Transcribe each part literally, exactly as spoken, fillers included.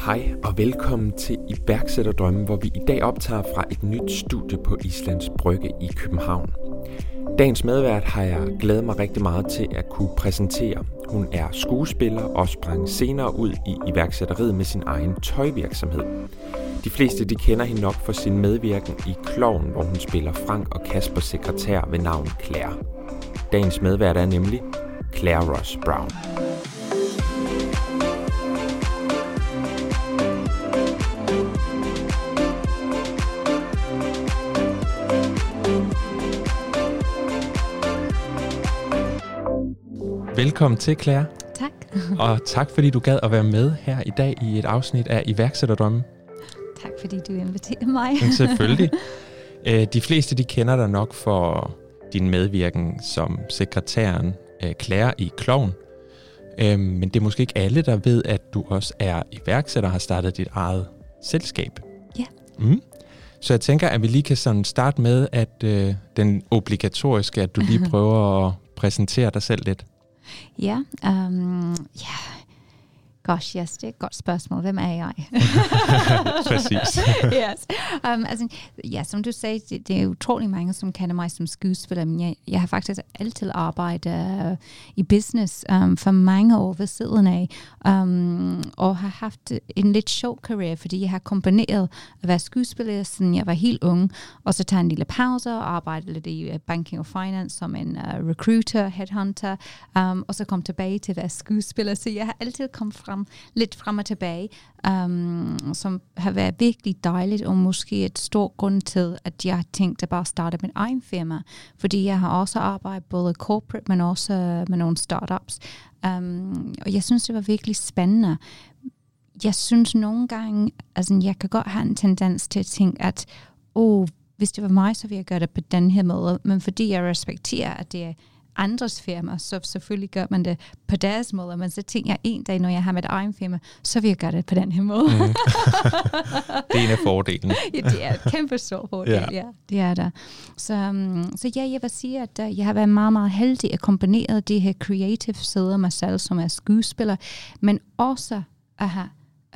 Hej og velkommen til Iværksætterdrømme, hvor vi i dag optager fra et nyt studie på Islands Brygge i København. Dagens medvært har jeg glædet mig rigtig meget til at kunne præsentere. Hun er skuespiller og sprang senere ud i iværksætteriet med sin egen tøjvirksomhed. De fleste de kender hende nok for sin medvirken i Klovn, hvor hun spiller Frank og Kasper sekretær ved navn Claire. Dagens medvært er nemlig Claire Ross Brown. Velkommen til, Claire. Tak. Og tak, fordi du gad at være med her i dag i et afsnit af Iværksætterdrømme. Tak, fordi du inviterede mig. Selvfølgelig. De fleste de kender dig nok for din medvirken som sekretæren Claire i Klovn. Men det er måske ikke alle, der ved, at du også er iværksætter og har startet dit eget selskab. Ja. Mm. Så jeg tænker, at vi lige kan sådan starte med, at øh, den obligatoriske, at du lige prøver at præsentere dig selv lidt. Ja, um, yeah. Gosh, yes, det er et godt spørgsmål. Hvem er jeg? Præcis. Yes. Um, altså, ja, som du sagde, det, det er utrolig mange, som kender mig som skuespiller, men jeg, jeg har faktisk altid arbejdet uh, i business um, for mange år ved siden af, um, og har haft en lidt sjov karriere, fordi jeg har kombineret at være skuespiller, siden jeg var helt ung, og så tage en lille pause og arbejde lidt i uh, banking og finance som en uh, recruiter, headhunter, um, og så kom tilbage til at være skuespiller, så jeg har altid kommet frem lidt frem og tilbage, um, som har været virkelig dejligt, og måske et stort grund til, at jeg har tænkt at bare starte min egen firma, fordi jeg har også arbejdet både corporate, men også med nogle startups, um, og jeg synes, det var virkelig spændende. Jeg synes nogle gange, altså jeg kan godt have en tendens til at tænke, at oh, hvis det var mig, så ville jeg gøre det på den her måde, men fordi jeg respekterer, at det er andres firma, så selvfølgelig gør man det på deres måde, men så tænker jeg en dag, når jeg har mit egen firma, så vil jeg gøre det på den her måde. Mm. Det er en af fordelene. Ja, det er et kæmpe stor fordel, ja. ja, det er der. Så, um, så ja, jeg vil sige, at uh, jeg har været meget, meget heldig at kombinere det her creative side af mig selv, som er skuespiller, men også at have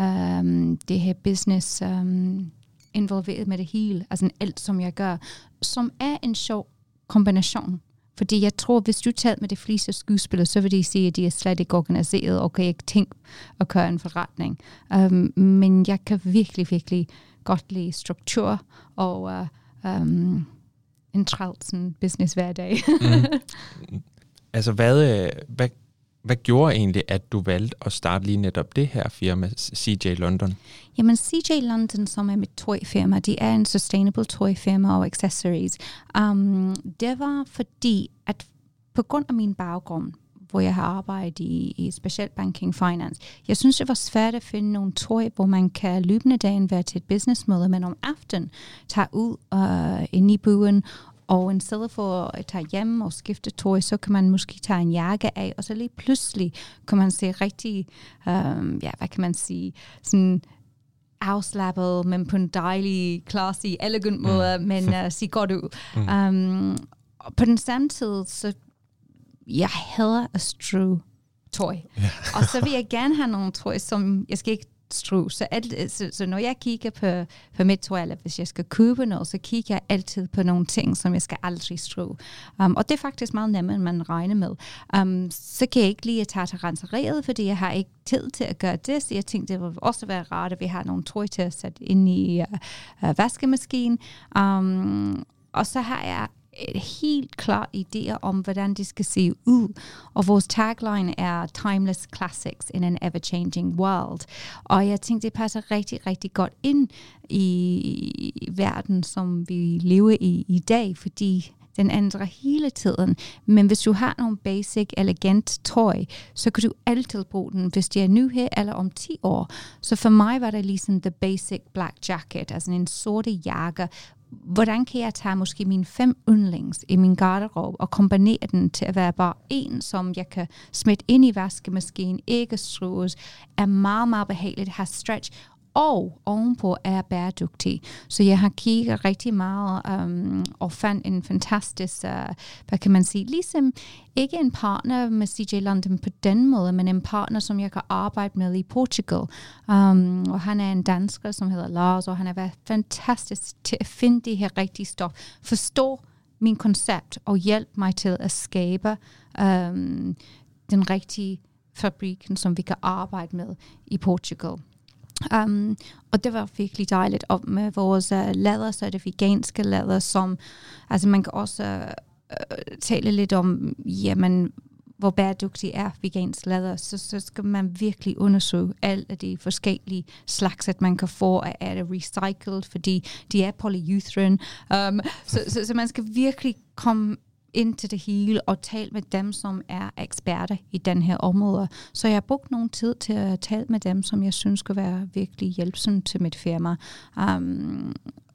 um, det her business um, involveret med det hele, altså alt, som jeg gør, som er en sjov kombination. Fordi jeg tror, hvis du taler med de fleste skuespillere, så vil de sige, at de er slet ikke organiseret, og kan ikke tænke at køre en forretning. Um, men jeg kan virkelig, virkelig godt lide struktur og uh, um, en travl business hver dag. mm. Altså, hvad, hvad, hvad gjorde egentlig, at du valgte at starte lige netop det her firma, C J London? Jamen, C J London, som er mit tøjfirma, det er en sustainable tøjfirma og accessories. Um, det var fordi, at på grund af min baggrund, hvor jeg har arbejdet i, i specielt banking finance, jeg synes, det var svært at finde nogle tøj, hvor man kan løbende dagen være til et businessmøde, men om aftenen tage ud uh, ind i byen, og i stedet for at tage hjem og skifte tøj, så kan man måske tage en jakke af, og så lige pludselig kan man se rigtig, um, ja, hvad kan man sige, sådan afslappet, men på en dejlig, classy, elegant måde, mm. men uh, se godt ud. Mm. Um, og på den samme tid, så jeg hader at strø tøj. Yeah. Og så vil jeg gerne have nogle tøj, som jeg skal ikke strø. Så, alt, så, så når jeg kigger på, på mit tøj, eller hvis jeg skal købe noget, så kigger jeg altid på nogle ting, som jeg skal aldrig strø. Um, og det er faktisk meget nemmere, end man regner med. Um, så kan jeg ikke lige at tage til renseriet, fordi jeg har ikke tid til at gøre det, så jeg tænkte, det ville også være rart, at vi har nogle tøj til at sætte ind i uh, uh, vaskemaskinen. Um, og så har jeg et helt klar idé om, hvordan det skal se ud. Og vores tagline er Timeless Classics in an Ever-Changing World. Og jeg tænkte, det passer rigtig, rigtig godt ind i verden, som vi lever i i dag, fordi den ændrer hele tiden. Men hvis du har nogle basic, elegant tøj, så kan du altid bruge den, hvis det er nu her eller om ti år. Så for mig var det ligesom the basic black jacket, altså en sorte jakke. Hvordan kan jeg tage måske mine fem yndlings i min garderobe og kombinere den til at være bare en, som jeg kan smide ind i vaskemaskinen, ikke strøs, er meget, meget behageligt, har stretch, og ovenpå er bæredygtig. Så jeg har kigget rigtig meget um, og fandt en fantastisk, uh, hvad kan man sige, ligesom ikke en partner med C J London på den måde, men en partner, som jeg kan arbejde med i Portugal. Um, og han er en dansker, som hedder Lars, og han har været fantastisk til at finde det her rigtige stof. Forstå min koncept og hjælpe mig til at skabe um, den rigtige fabrikken, som vi kan arbejde med i Portugal. Um, og det var virkelig dejligt. Og med vores uh, læder, så er det veganske læder, som, altså man kan også uh, tale lidt om, jamen, hvor bæredygtig er vegansk læder, så, så skal man virkelig undersøge alle af de forskellige slags, at man kan få, er det recycled, fordi de er polyurethane. Um, så, så, så man skal virkelig komme ind til det hele og tale med dem, som er eksperter i den her område. Så jeg har brugt nogle tid til at tale med dem, som jeg synes skal være virkelig hjælpsomme til mit firma. Um,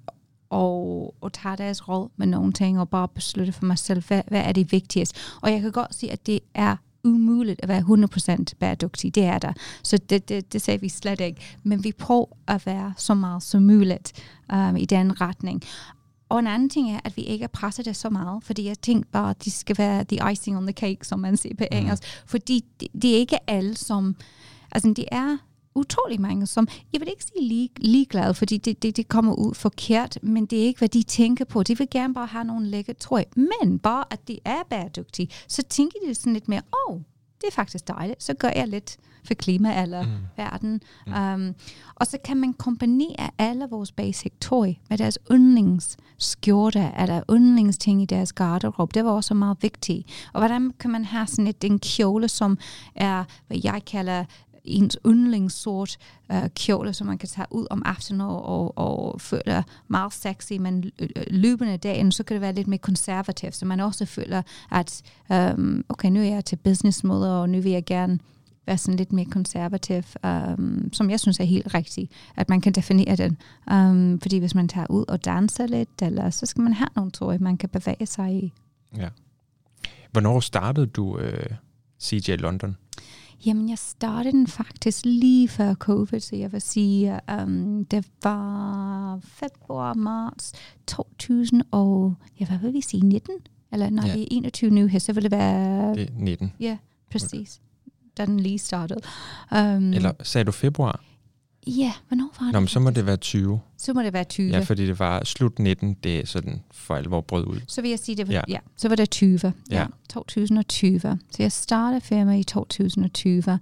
og, og tage deres råd med nogle ting og bare beslutte for mig selv, hvad, hvad er det vigtigste. Og jeg kan godt sige, at det er umuligt at være hundrede procent bæredygtig. Det er der. Så det, det, det sagde vi slet ikke. Men vi prøver at være så meget som muligt um, i den retning. Og en anden ting er, at vi ikke er presset det så meget, fordi jeg tænkte bare, at de skal være the icing on the cake, som man siger på engelsk. Mm. Fordi det, det er ikke alle, som... Altså, det er utrolig mange, som... Jeg vil ikke sige lig, ligeglade, fordi det, det, det kommer ud forkert, men det er ikke, hvad de tænker på. De vil gerne bare have nogle lækker tøj. Men bare, at det er bæredygtige, så tænker de sådan lidt mere, åh, oh, det er faktisk dejligt, så gør jeg lidt for klima eller mm. verden. Mm. Um, og så kan man kombinere alle vores basic tøj med deres yndlingsskjorte eller yndlingsting i deres garderobe. Det var også meget vigtigt. Og hvordan kan man have sådan et, en kjole, som er, hvad jeg kalder ens yndlingssort uh, kjole, som man kan tage ud om aftenen og, og, og føle meget sexy, men løbende dagen, så kan det være lidt mere konservativt, så man også føler, at um, okay, nu er jeg til business-møder, og nu vil jeg gerne være sådan lidt mere konservativ, um, som jeg synes er helt rigtigt, at man kan definere den. Um, fordi hvis man tager ud og danser lidt, eller så skal man have nogle tøj, man kan bevæge sig i. Ja. Hvornår startede du uh, C J London? Jamen, jeg startede den faktisk lige før covid, så jeg vil sige, um, det var februar, marts to tusind og, ja, hvad vil vi sige, nitten? Eller når ja. Det er enogtyve nu her, så vil det være... Det er nitten. Ja, præcis. Da den lige startede. Um, Eller sagde du februar? Ja, hvornår var det? Nå, men så må det være tyve. Så må det være tyve. Ja, fordi det var slut nitten, det er sådan for alvor brød ud. Så vil jeg sige, det var, ja. Ja, så var det tyve. Ja. Ja, to tusind og tyve. Så jeg startede firma i to tusind og tyve.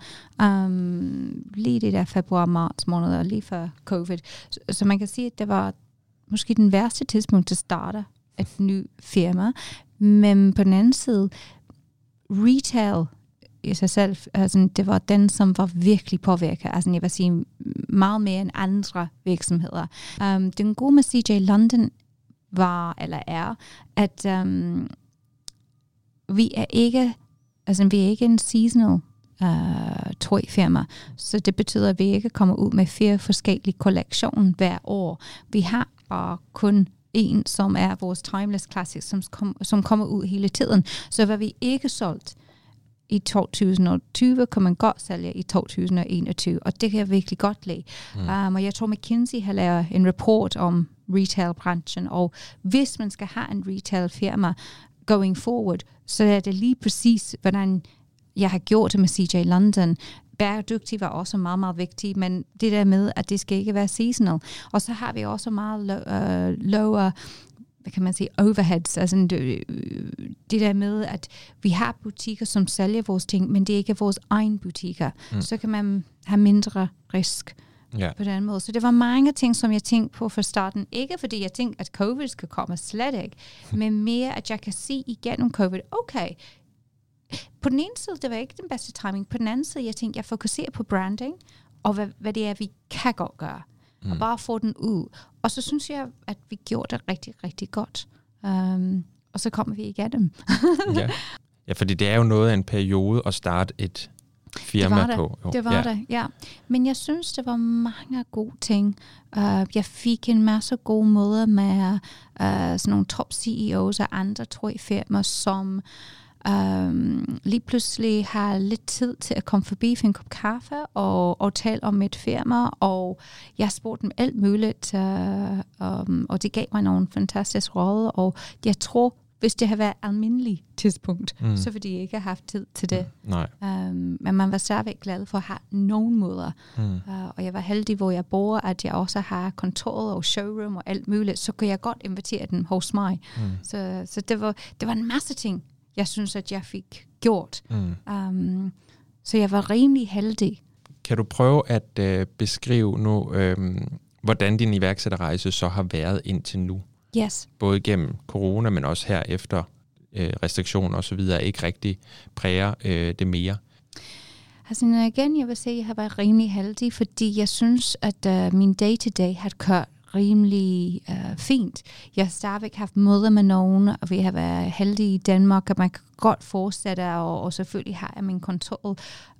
Um, lige det der februar-marts måned, lige før covid. Så, så man kan sige, at det var måske den værste tidspunkt at starte et nyt firma. Men på den anden side, retail i sig selv, altså, det var den, som var virkelig påvirket. Altså, jeg vil sige meget mere end andre virksomheder. Um, den gode med C J London var, eller er, at um, vi er ikke, altså vi er ikke en seasonal uh, tøjfirma, så det betyder, at vi ikke kommer ud med fire forskellige kollektioner hver år. Vi har bare kun en, som er vores timeless classics, som, kom, som kommer ud hele tiden. Så hvad vi ikke solgt i to tusind og tyve, kan man godt sælge i to tusind og enogtyve, og det kan jeg virkelig godt lide. Mm. Um, og jeg tror, McKinsey har lavet en rapport om retailbranchen, og hvis man skal have en retailfirma going forward, så er det lige præcis, hvordan jeg har gjort det med C J London. Bæredygtig var også meget, meget vigtigt, men det der med, at det skal ikke være seasonal. Og så har vi også meget lo- uh, lower, hvad kan man sige, overheads, altså det, det der med, at vi har butikker, som sælger vores ting, men det er ikke vores egen butikker. Mm. Så kan man have mindre risk yeah. på den måde. Så det var mange ting, som jeg tænkte på fra starten. Ikke fordi jeg tænkte, at covid skal komme, slet ikke, men mere, at jeg kan se igennem covid, okay, på den ene side, det var ikke den bedste timing. På den anden side, jeg tænkte, jeg fokuserer på branding, og hvad, hvad det er, vi kan godt gøre. Mm. Og bare få den ud. Og så synes jeg, at vi gjorde det rigtig, rigtig godt. Um, og så kommer vi igennem. ja. ja, fordi det er jo noget af en periode at starte et firma det var det. på. Jo. Det var ja. det, ja. Men jeg synes, det var mange gode ting. Uh, jeg fik en masse gode møder med uh, sådan nogle top C E O's og andre tøjfirmaer, som Um, lige pludselig har jeg lidt tid til at komme forbi for en kop kaffe og, og tale om mit firma, og jeg spurgte dem alt muligt, uh, um, og det gav mig nogle fantastiske råd, og jeg tror, hvis det har været almindeligt tidspunkt, mm. så ville de ikke have haft tid til det. Mm. Nej. Um, men man var stadigvæk glad for at have nogen måder. Mm. Uh, og jeg var heldig, hvor jeg bor, at jeg også har kontoret og showroom og alt muligt, så kunne jeg godt invitere dem hos mig. Mm. Så, så det, var, det var en masse ting, jeg synes, at jeg fik gjort. Mm. Um, så jeg var rimelig heldig. Kan du prøve at øh, beskrive nu, øh, hvordan din iværksætterrejse så har været indtil nu? Yes. Både gennem corona, men også her efter øh, restriktioner og så videre, ikke rigtig præger øh, det mere. Altså igen, jeg vil sige, at jeg har været rimelig heldig, fordi jeg synes, at uh, min day-to-day har kørt rimelig uh, fint. Jeg har stadigvæk haft møder med nogen, og vi har været heldige i Danmark, at man kan godt fortsætte, og, og selvfølgelig har jeg min kontor,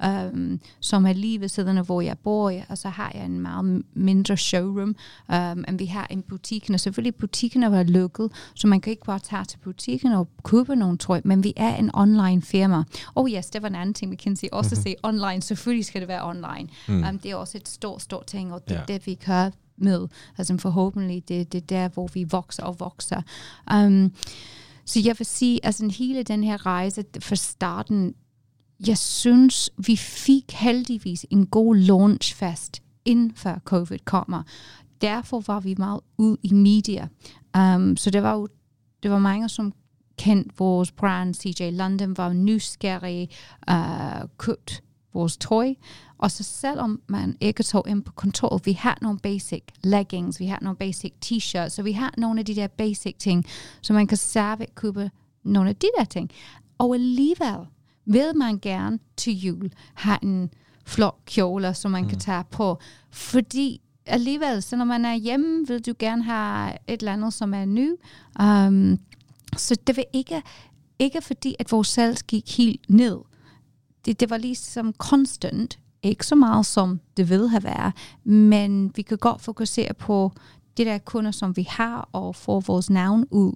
um, som er lige ved siden af, hvor jeg bor, og så har jeg en meget mindre showroom, um, end vi har en butikken, og selvfølgelig butikken er lukket, så man kan ikke bare tage til butikken og købe nogle tøj, men vi er en online firma. Og oh yes, det var en anden ting, vi kan sige, også mm-hmm. sige online, selvfølgelig skal det være online. Mm. Um, det er også et stort, stort ting, og det er ja. det, vi kan med. Altså forhåbentlig, det, det er der, hvor vi vokser og vokser. Um, så jeg vil sige, altså hele den her rejse fra starten, jeg synes, vi fik heldigvis en god launchfest, inden før covid kommer. Derfor var vi meget ude i media. Um, så det var jo, det var mange, som kendte vores brand. C J London var nysgerrig, uh, købt vores tøj. Og så selvom man ikke tog ind på kontoret, vi har nogle basic leggings, vi har nogle basic t-shirts, så vi har nogle af de der basic ting, så man kan stadigvæk købe nogle af de der ting. Og alligevel vil man gerne til jul have en flot kjole, som man mm. kan tage på. Fordi alligevel, så når man er hjemme, vil du gerne have et eller andet, som er ny. Um, så det var ikke, ikke fordi, at vores salg gik helt ned. Det, det var ligesom konstant. Ikke så meget, som det vil have været, men vi kan godt fokusere på de der kunder, som vi har, og få vores navn ud.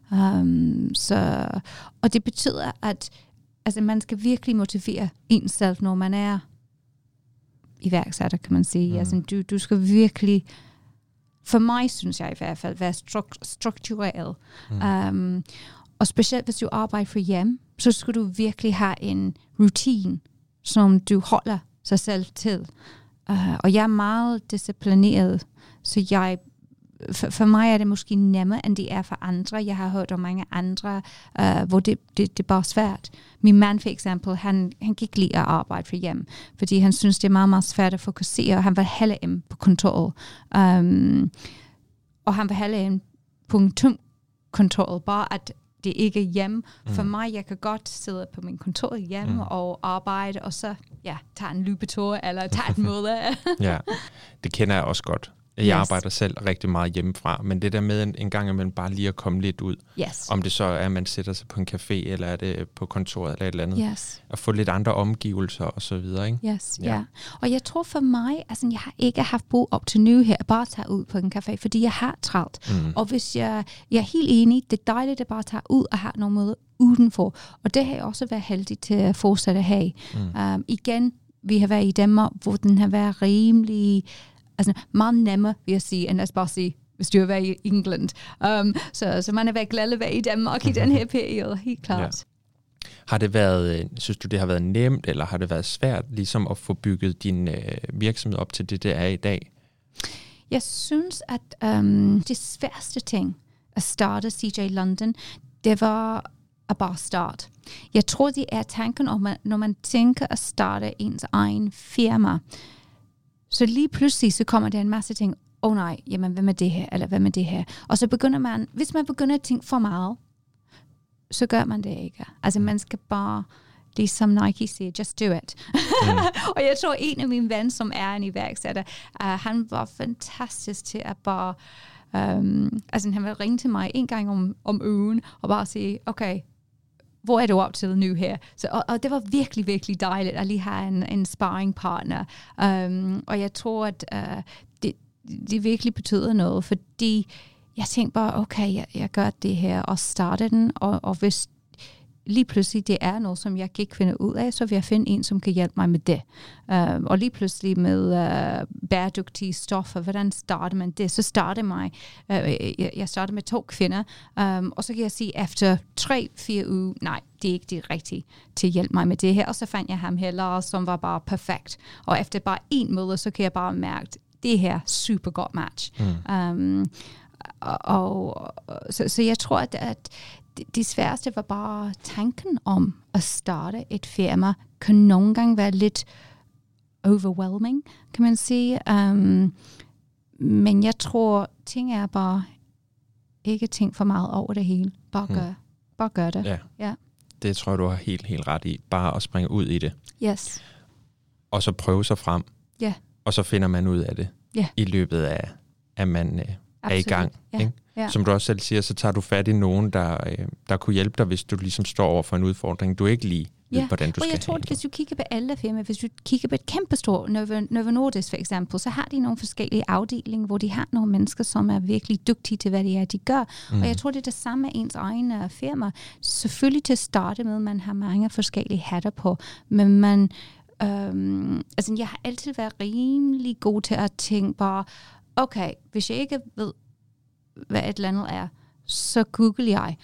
Um, så, og det betyder, at altså, man skal virkelig motivere en selv, når man er iværksætter, kan man sige. Mm. Altså, du, du skal virkelig, for mig synes jeg i hvert fald, være struk- struktureret. Mm. Um, og specielt hvis du arbejder for hjem, så skal du virkelig have en rutine, som du holder sig selv til. Uh, og jeg er meget disciplineret, så jeg, for, for mig er det måske nemmere, end det er for andre. Jeg har hørt om mange andre, uh, hvor det, det, det er bare svært. Min mand for eksempel, han, han gik lige at arbejde for hjem, fordi han synes, det er meget, meget svært at fokusere, og han var heller inde på kontoret. Um, og han var heller inde på en tom kontoret, bare at det ikke er hjemme. For mm. mig, jeg kan godt sidde på min kontor hjemme mm. og arbejde, og så ja, tage en løbetur, eller tage et møde. Ja, det kender jeg også godt. Jeg yes. arbejder selv rigtig meget hjemmefra, men det der med en, en gang imellem bare lige at komme lidt ud. Yes. Om det så er, at man sætter sig på en café, eller er det på kontoret, eller et eller andet. Yes. At få lidt andre omgivelser, og så videre, ikke? Yes, ja. Yeah. Og jeg tror for mig, altså jeg har ikke haft brug op til nu her, bare at tage ud på en café, fordi jeg har travlt. Mm. Og hvis jeg, jeg er helt enig, det er dejligt at bare tage ud og have nogle møder udenfor. Og det har jeg også været heldig til at fortsætte at have. Mm. Um, igen, vi har været i Danmark, hvor den har været rimelig, altså meget nemmere, vil jeg sige, end at bare sige, hvis du har været i England. Um, så, så man har været glad at være i Danmark i den her periode, helt klart. Ja. Har det været, synes du, det har været nemt, eller har det været svært ligesom at få bygget din øh, virksomhed op til det, det er i dag? Jeg synes, at um, det sværeste ting at starte C J London, det var at bare starte. Jeg tror, det er tanken om, at når man tænker at starte ens egen firma, så lige pludselig så kommer der en masse ting, åh oh nej, jamen hvad med det her, eller hvad med det her. Og så begynder man, hvis man begynder at tænke for meget, så gør man det ikke. Altså man skal bare, det er som Nike siger, just do it. Mm. Og jeg tror, en af mine venner, som er en iværksætter, uh, han var fantastisk til at bare, um, altså han ville ringe til mig en gang om, om ugen, og bare sige, okay, hvor er du op til nu her? Så, og, og det var virkelig, virkelig dejligt at lige have en, en sparringpartner. Um, og jeg tror, at uh, det, det virkelig betyder noget, fordi jeg tænkte bare, okay, jeg, jeg gør det her og starter den, og, og hvis lige pludselig det er noget, som jeg kan ikke finde ud af, så vil jeg finde en, som kan hjælpe mig med det. Uh, og lige pludselig med uh, bæredygtige stoffer, hvordan starter man det? Så starter mig, uh, jeg starter med to kvinder, um, og så kan jeg sige, efter tre, fire uger, nej, det er ikke det rigtige til at hjælpe mig med det her. Og så fandt jeg ham her, Lars, som var bare perfekt. Og efter bare en møde, så kan jeg bare mærke, det her super godt match. Mm. Um, og, og så, så jeg tror, at, at det sværeste var bare tanken om at starte et firma, kan nogle gange være lidt overwhelming, kan man sige. Um, men jeg tror, ting er bare ikke tænkt for meget over det hele. Bare gør, hmm. bare gør det. Ja. Ja. Det tror jeg, du har helt, helt ret i. Bare at springe ud i det. Yes. Og så prøve sig frem. Ja. Og så finder man ud af det. Ja. I løbet af, at man øh, er i gang. Ja. Ikke? Ja. Som du også selv siger, så tager du fat i nogen, der, øh, der kunne hjælpe dig, hvis du ligesom står over for en udfordring, du ikke lige ved, ja. hvordan du og skal jeg tror, handle. hvis du kigger på alle firmaer, hvis du kigger på et kæmpestort Novo, Novo Nordisk for eksempel, så har de nogle forskellige afdelinger, hvor de har nogle mennesker, som er virkelig dygtige til, hvad det er, de gør. Mm. Og jeg tror, det er det samme med ens egen firma. Selvfølgelig til at starte med, man har mange forskellige hatter på, men man, øhm, altså jeg har altid været rimelig god til at tænke bare, okay, hvis jeg ikke ved, hvad et eller andet er, så google jeg.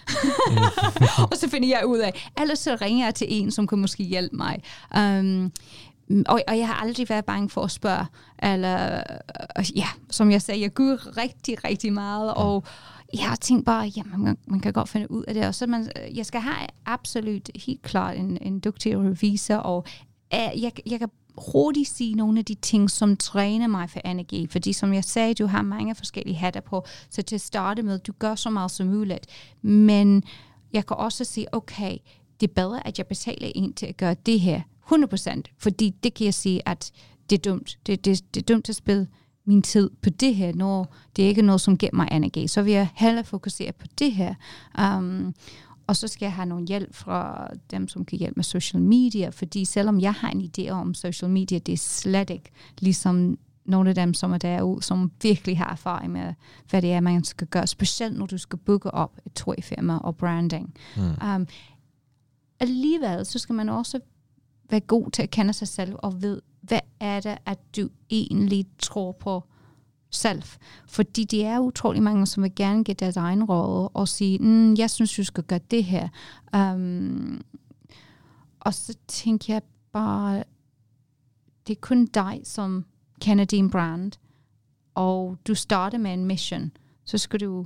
Og så finder jeg ud af, ellers så ringer jeg til en, som kan måske hjælpe mig. Um, og, og jeg har aldrig været bange for at spørge. Eller, uh, ja, som jeg sagde, jeg googler rigtig, rigtig meget, og jeg har tænkt bare, ja, man, man kan godt finde ud af det. Og så man, jeg skal have absolut helt klart en, en dygtig revisor, og uh, jeg, jeg kan hurtigt sige nogle af de ting, som træner mig for energi. Fordi som jeg sagde, du har mange forskellige hatter på, så til at starte med, du gør så meget som muligt. Men jeg kan også sige, okay, det er bedre, at jeg betaler en til at gøre det her hundrede procent, fordi det kan jeg sige, at det er dumt. Det, det, det er dumt at spille min tid på det her, når det er ikke noget, som giver mig energi. Så vil jeg hellere fokusere på det her. Um, Og så skal jeg have nogle hjælp fra dem, som kan hjælpe med social media, fordi selvom jeg har en idé om social media, det er slet ikke ligesom nogle af dem, som er derude, som virkelig har erfaring med, hvad det er, man skal gøre, specielt når du skal bygge op et tøjfirma og branding. Mm. Um, alligevel, så skal man også være god til at kende sig selv og vide, hvad er det, at du egentlig tror på selv. Fordi de er utrolig mange, som vil gerne give deres egen råd og sige, mm, jeg synes, du skal gøre det her. Um, og så tænker jeg bare, det er kun dig, som kender din brand, og du starter med en mission. Så skal du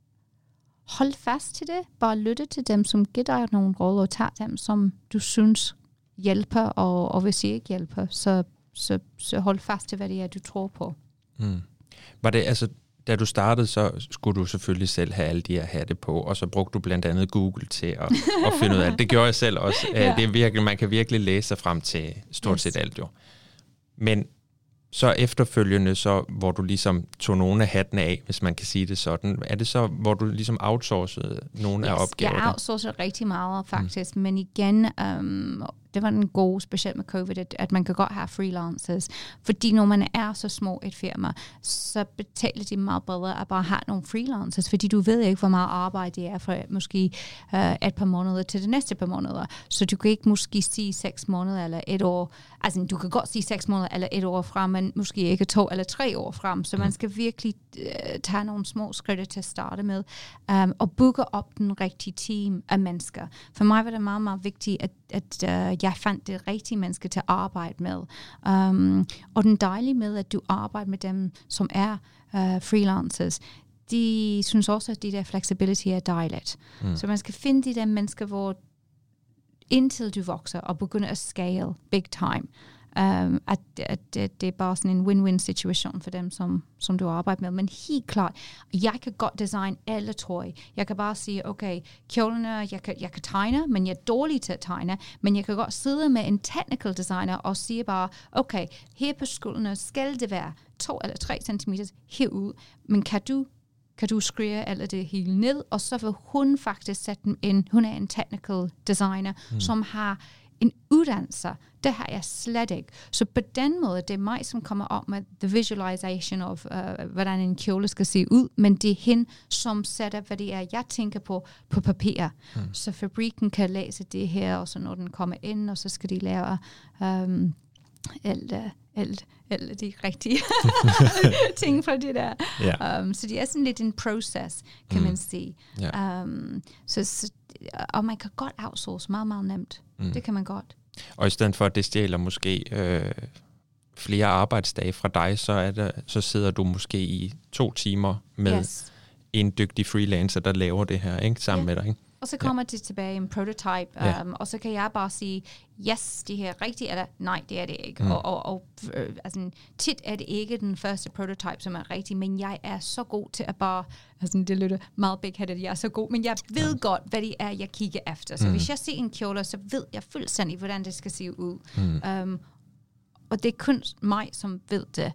holde fast til det. Bare lytte til dem, som giver dig nogle råd, og tage dem, som du synes hjælper, og, og hvis de ikke hjælper, så, så, så hold fast til, hvad det er, du tror på. Mm. Var det, altså, da du startede, så skulle du selvfølgelig selv have alle de her hatte på, og så brugte du blandt andet Google til at, at finde ud af det. Det gjorde jeg selv også. Ja. Det er virkelig, man kan virkelig læse sig frem til stort yes. set alt jo. Men så efterfølgende, så, hvor du ligesom tog nogle af hattene af, hvis man kan sige det sådan, er det så, hvor du ligesom outsourcede nogle yes, af opgaverne? Jeg outsourcede rigtig meget faktisk, mm. men igen, um, det var den gode, specielt med covid, at, at man kan godt have freelancers, fordi når man er så små et firma, så betaler de meget bedre at bare have nogle freelancers, fordi du ved ikke, hvor meget arbejde det er for måske uh, et par måneder til det næste par måneder, så du kan ikke måske sige seks måneder eller et år, altså du kan godt sige seks måneder eller et år frem, men måske ikke to eller tre år frem, så mm. man skal virkelig uh, tage nogle små skridt til at starte med, um, og bygge op den rigtige team af mennesker. For mig var det meget, meget vigtigt, at, at uh, jeg fandt det rigtige mennesker til at arbejde med. Um, og den dejlige med, at du arbejder med dem, som er uh, freelancers, de synes også, at det der flexibility er dejligt. Mm. Så man skal finde de der mennesker, hvor indtil du vokser og begynder at scale big time, Um, at, at det, det er bare sådan en win-win situation for dem, som, som du arbejder med. Men helt klart, jeg kan godt designe alle tøj. Jeg kan bare sige, okay, kjolene, jeg kan, jeg kan tegne, men jeg er dårlig til at tegne. Men jeg kan godt sidde med en technical designer og sige bare, okay, her på skuldrene skal det være to eller tre centimeter herud, men kan du kan du skrive alt det hele ned, og så vil hun faktisk sætte dem ind. Hun er en technical designer, mm. som har en uddannelse, det har jeg slet ikke. Så på den måde, det er mig, som kommer op med the visualization of, uh, hvordan en kjole skal se ud, men det er hende, som sætter, hvad det er, jeg tænker på, på papir. Mm. Så fabrikken kan læse det her, og så når den kommer ind, og så skal de lave um, alt, alt, alt de rigtige ting fra det der. Yeah. Um, så det er sådan lidt en proces, kan mm. man sige. Yeah. Um, så, så, og man kan godt outsource meget, meget nemt. Mm. Det kan man godt. Og i stedet for, at det stjæler måske øh, flere arbejdsdage fra dig, så, er der, så sidder du måske i to timer med yes. en dygtig freelancer, der laver det her, ikke, sammen yeah. med dig. Ikke? Og så kommer ja. det tilbage en prototype, um, ja. og så kan jeg bare sige, yes, det her er rigtigt, eller nej, det er det ikke. Mm. Og, og, og øh, altså, tit er det ikke den første prototype, som er rigtig, men jeg er så god til at bare, altså det lyder meget big-headed, jeg er så god, men jeg ved mm. godt, hvad det er, jeg kigger efter. Så mm. hvis jeg ser en kjole, så ved jeg fuldstændig, hvordan det skal se ud. Mm. Um, og det er kun mig, som ved det.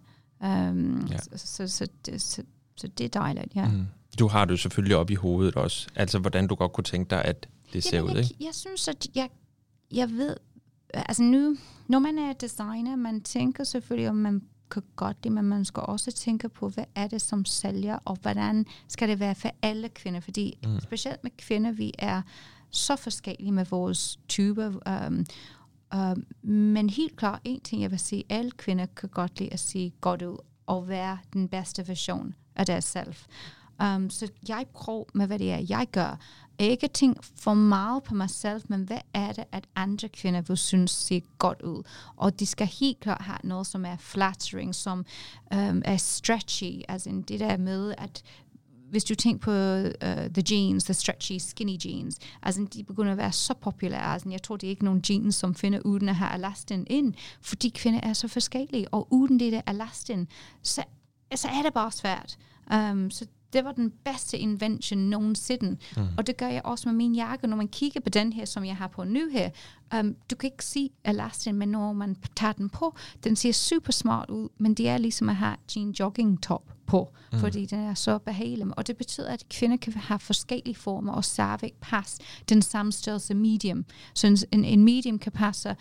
Um, ja. så, så, så, det så, så det er dejligt, ja. Mm. Du har det selvfølgelig op i hovedet også. Altså, hvordan du godt kunne tænke dig, at det ser Jamen, ud, jeg, ikke? Jeg synes, at jeg, jeg ved... Altså nu, når man er designer, man tænker selvfølgelig, om man kan godt det, men man skal også tænke på, hvad er det, som sælger, og hvordan skal det være for alle kvinder? Fordi mm. specielt med kvinder, vi er så forskellige med vores typer. Um, um, men helt klart, en ting, jeg vil sige, alle kvinder kan godt lide at se godt ud, og være den bedste version af deres selv. Um, så jeg prøver med, hvad det er, jeg gør. Ikke tænke for meget på mig selv, men hvad er det, at andre kvinder vil synes ser godt ud? Og de skal helt klart have noget, som er flattering, som um, er stretchy. Altså det der med, at hvis du tænker på uh, the jeans, the stretchy, skinny jeans, altså de begynder at være så populære. Altså, jeg tror, det er ikke nogen jeans, som finder uden at have elasten ind, fordi kvinder er så forskellige. Og uden det der elasten, så, så er det bare svært. Um, så det var den bedste invention nogensinde. Mm. Og det gør jeg også med min jakke. Når man kigger på den her, som jeg har på nu her, um, du kan ikke se elasten, men når man tager den på, den ser super smart ud, men det er ligesom at have jean jogging top på, mm. fordi den er så behagelig. Og det betyder, at kvinder kan have forskellige former, og stadigvæk passe den samme størrelse medium. Så en, en medium kan passe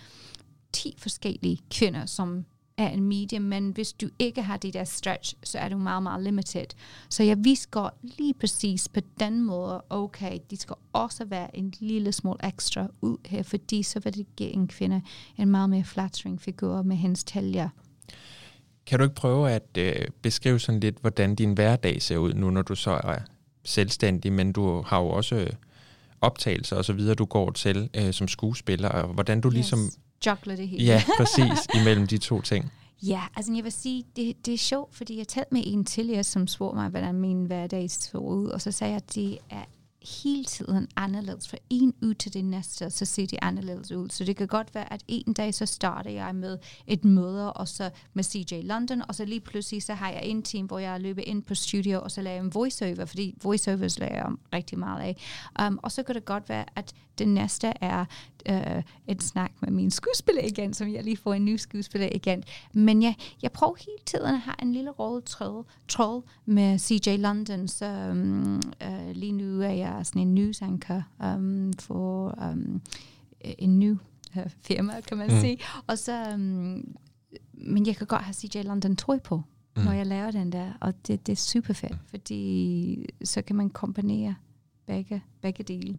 ti forskellige kvinder, som er en medium, men hvis du ikke har det der stretch, så er du meget, meget limited. Så jeg viser godt lige præcis på den måde, okay, de skal også være en lille smule ekstra ud her, fordi så vil det give en kvinde en meget mere flattering figur med hendes taljer. Kan du ikke prøve at øh, beskrive sådan lidt, hvordan din hverdag ser ud nu, når du så er selvstændig, men du har jo også optagelser og så videre, du går til øh, som skuespiller, og hvordan du yes. ligesom juggler det hele. Ja, præcis, imellem de to ting. Ja, altså jeg vil sige, det, det er sjovt, fordi jeg talte med en tidligere, som spurgte mig, hvordan min hverdag så ud, og så sagde jeg, at det er hele tiden anderledes. Fra en ud til det næste, så ser det anderledes ud. Så det kan godt være, at en dag, så starter jeg med et møde, og så med C J London, og så lige pludselig, så har jeg en team, hvor jeg løber ind på studio, og så laver jeg en voiceover, fordi voiceovers laver jeg rigtig meget af. Um, og så kan det godt være, at det næste er uh, en snak med min skuespiller igen, som jeg lige får en ny skuespiller igen. Men jeg, jeg prøver hele tiden at have en lille rolle tråd med C J London, så um, uh, lige nu er jeg sådan en newsanchor um, for um, en ny uh, firma, kan man mm. sige. Og så, um, men jeg kan godt have C J London tøj på, mm. når jeg laver den der, og det, det er super fedt, fordi så kan man kombinere begge, begge dele.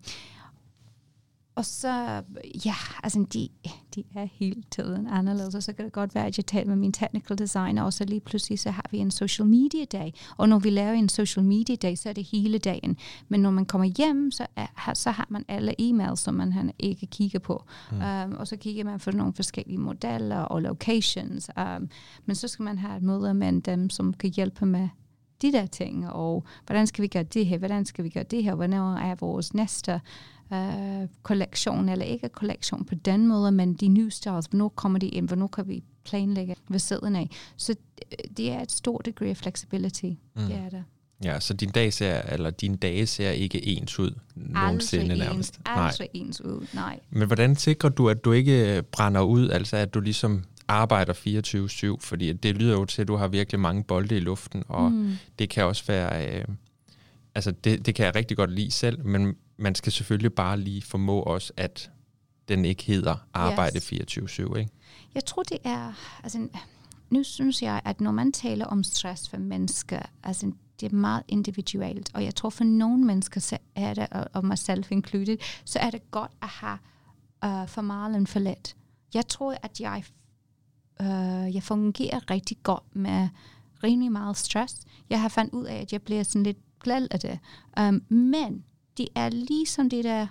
Og så, ja, altså de, de er hele tiden anderledes, og så kan det godt være, at jeg taler med min technical designer, og så lige pludselig, så har vi en social media day, og når vi laver en social media day, så er det hele dagen, men når man kommer hjem, så, er, så har man alle e-mails, som man han ikke kigger på, mm. um, og så kigger man på nogle forskellige modeller og locations, um, men så skal man have et møde med dem, som kan hjælpe med de der ting, og hvordan skal vi gøre det her, hvordan skal vi gøre det her, hvornår er vores næste Uh, kollektion, eller ikke kollektion på den måde, men de nye styles, hvornår kommer de ind, hvornår kan vi planlægge ved siden af. Så det er et stort degree of flexibility. Mm. Det er det. Ja, så din dag ser, eller dine dage ser ikke ens ud nogensinde nærmest. Aldrig ens ud, nej. Men hvordan sikrer du, at du ikke brænder ud, altså at du ligesom arbejder fireogtyve syv, fordi det lyder jo til, at du har virkelig mange bolde i luften, og mm. det kan også være, øh, altså det, det kan jeg rigtig godt lide selv, men man skal selvfølgelig bare lige formå os at den ikke hedder arbejde yes. fireogtyve syv, ikke? Jeg tror, det er... Altså, nu synes jeg, at når man taler om stress for mennesker, altså, det er meget individuelt, og jeg tror, for nogle mennesker, så er det, og mig selv included, så er det godt at have uh, for meget end for let. Jeg tror, at jeg, uh, jeg fungerer rigtig godt med rimelig meget stress. Jeg har fandt ud af, at jeg bliver sådan lidt glad af det. Um, men det er ligesom det der...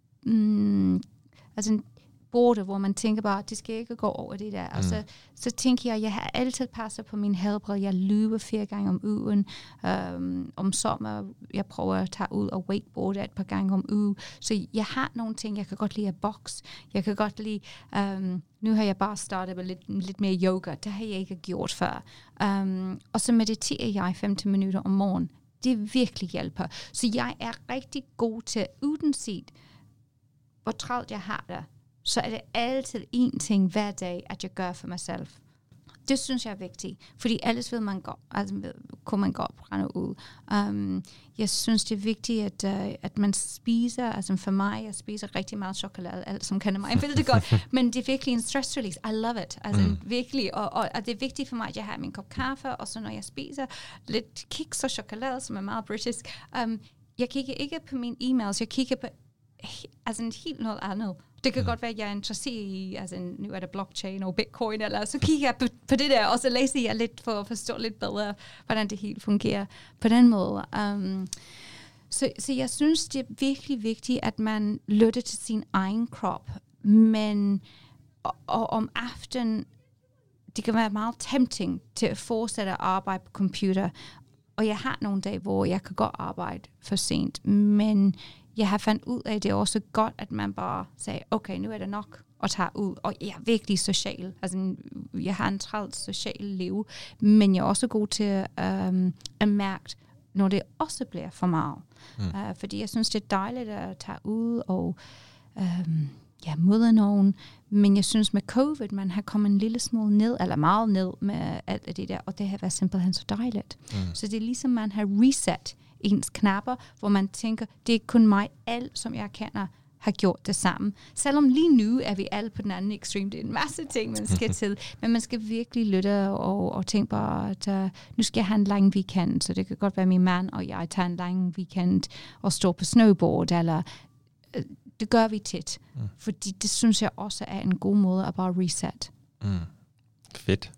Mm, altså bordet, hvor man tænker bare, det skal ikke gå over det der. Mm. Og så, så tænker jeg, jeg har altid passet på min helbred. Jeg løber fire gange om ugen. Um, om sommer, jeg prøver at tage ud og wakeboarde et par gange om ugen. Så jeg har nogle ting, jeg kan godt lide at bokse. Jeg kan godt lide, um, nu har jeg bare startet med lidt, lidt mere yoga. Det har jeg ikke gjort før. Um, og så mediterer jeg femten minutter om morgenen. Det virkelig hjælper. Så jeg er rigtig god til, uden set, hvor travlt jeg har det, så er det altid en ting hver dag, at jeg gør for mig selv. Det synes jeg er vigtigt, fordi ellers vil man gå, altså, kunne man godt brænde ud. Um, jeg synes, det er vigtigt, at, uh, at man spiser, altså for mig, jeg spiser rigtig meget chokolade, alt som kender mig, ved det godt, men det er virkelig en stress release. I love it, altså mm. virkelig, og, og, og det er vigtigt for mig, at jeg har min kop kaffe, og så når jeg spiser lidt kiks og chokolade, som er meget britisk, um, jeg kigger ikke på mine e-mails, jeg kigger på altså en helt noget andet. Det kan mm. godt være, at jeg er interesseret i, altså nu er det blockchain og bitcoin, eller så kigger jeg på, på det der, og så læser jeg lidt for at forstå lidt bedre, hvordan det helt fungerer på den måde. Um, så, så jeg synes, det er virkelig vigtigt, at man lytter til sin egen krop, men og, og om aftenen, det kan være meget tempting til at fortsætte at arbejde på computer, og jeg har nogle dage, hvor jeg kan godt arbejde for sent, men jeg har fandt ud af, at det er også godt, at man bare siger, okay, nu er det nok at tage ud. Og jeg er virkelig social. Altså, jeg har en travlt social liv, men jeg er også god til um, at mærke, når det også bliver for meget. Mm. Uh, fordi jeg synes, det er dejligt at tage ud og um, ja, møde nogen. Men jeg synes, med covid, man har kommet en lille smule ned, eller meget ned med alt det der, og det har været simpelthen så dejligt. Mm. Så det er ligesom, man har reset ens knapper, hvor man tænker, det er kun mig, alt som jeg kender, har gjort det samme. Selvom lige nu er vi alle på den anden ekstrem. Det er en masse ting, man skal til. Men man skal virkelig lytte og, og tænke bare, at uh, nu skal jeg have en lang weekend. Så det kan godt være, at min mand og jeg tager en lang weekend og står på snowboard. Eller, uh, det gør vi tit. Mm. Fordi det synes jeg også er en god måde at bare reset. Mm. Fedt.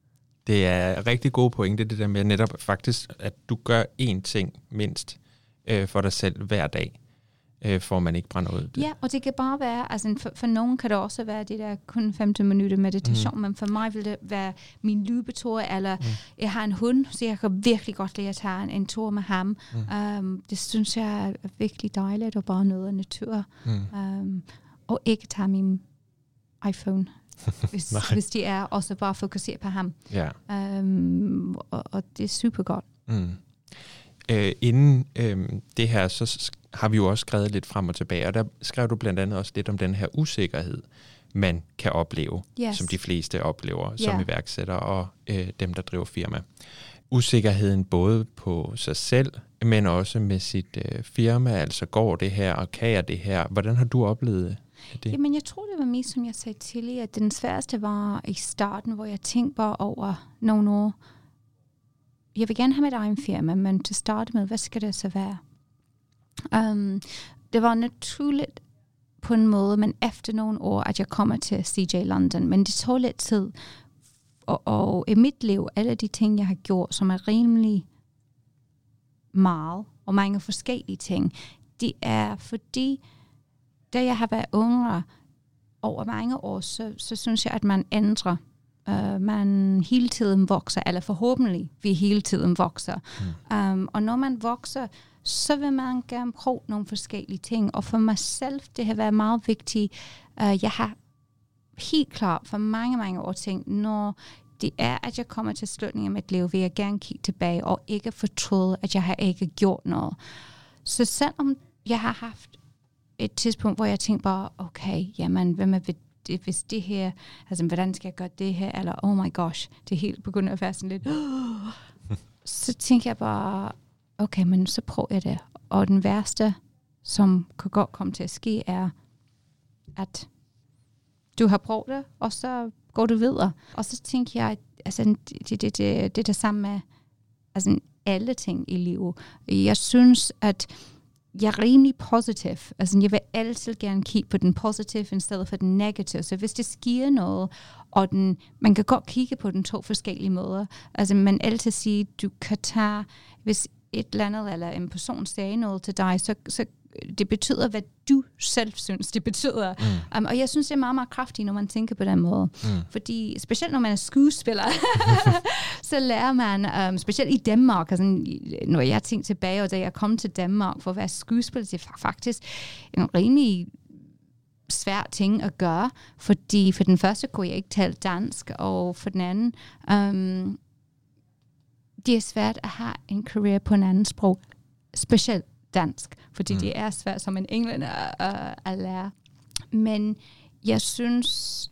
Det er rigtig gode pointe, det der med netop faktisk, at du gør én ting mindst øh, for dig selv hver dag, øh, for man ikke brænder ud. Ja, og det kan bare være, altså for, for nogen kan det også være det der kun femten minutter meditation, mm. men for mig vil det være min løbetur, eller mm. jeg har en hund, så jeg kan virkelig godt lide at tage en, en tur med ham. Mm. Um, det synes jeg er virkelig dejligt, at bare nyde af natur. Mm. Um, og ikke tage min iPhone. hvis, hvis de er, og så bare fokusere på ham. Ja. Um, og, og det er super godt. Mm. Øh, inden øh, det her, så har vi jo også skrevet lidt frem og tilbage, og der skrev du blandt andet også lidt om den her usikkerhed, man kan opleve, yes. som de fleste oplever yeah. som iværksætter og øh, dem, der driver firma. Usikkerheden både på sig selv, men også med sit øh, firma, altså går det her, og kan jeg det her? Hvordan har du oplevet det? Jamen, jeg tror, det var mest, som jeg sagde tidligere, at den sværeste var i starten, hvor jeg tænkte bare over nogle år. Jeg vil gerne have mit egen firma, men til at starte med, hvad skal det så være? Um, det var naturligt på en måde, men efter nogle år, at jeg kommer til C J London, men det tog lidt tid. Og, og i mit liv, alle de ting, jeg har gjort, som er rimelig meget, og mange forskellige ting, det er fordi, da jeg har været yngre over mange år, så, så synes jeg, at man ændrer. Uh, man hele tiden vokser, eller forhåbentlig vi hele tiden vokser. Mm. Um, og når man vokser, så vil man gerne prøve nogle forskellige ting. Og for mig selv, det har været meget vigtigt. Uh, jeg har helt klart for mange, mange år tænkt, når det er, at jeg kommer til slutningen af mit liv, vil jeg gerne kigge tilbage og ikke fortryde, at jeg har ikke gjort noget. Så selvom jeg har haft et tidspunkt, hvor jeg tænkte bare, okay, jamen, hvad med det, hvis det her, altså, hvordan skal jeg gøre det her, eller oh my gosh, det er helt begyndt at være sådan lidt, så tænker jeg bare, okay, men så prøver jeg det. Og den værste, som kan godt komme til at ske, er, at du har prøvet det, og så går du videre. Og så tænker jeg, altså, det, det, det, det er det samme med altså, alle ting i livet. Jeg synes, at jeg er rimelig positiv. Altså, jeg vil altid gerne kigge på den positive, i stedet for den negative. Så hvis det sker noget, og den, man kan godt kigge på den to forskellige måder. Altså, man altid siger, du kan tage, hvis et eller andet, eller en person siger noget til dig, så, så det betyder, hvad du selv synes, det betyder. Mm. Um, og jeg synes, det er meget, meget kraftigt, når man tænker på den måde. Mm. Fordi, specielt når man er skuespiller, så lærer man, um, specielt i Danmark, altså, når jeg tænker tilbage, og da jeg kom til Danmark for at være skuespiller, det er faktisk en rimelig svær ting at gøre, fordi for den første kunne jeg ikke tale dansk, og for den anden, um, det er svært at have en karriere på en anden sprog, specielt dansk, fordi mm. det er svært som en englænder at, at lære. Men jeg synes,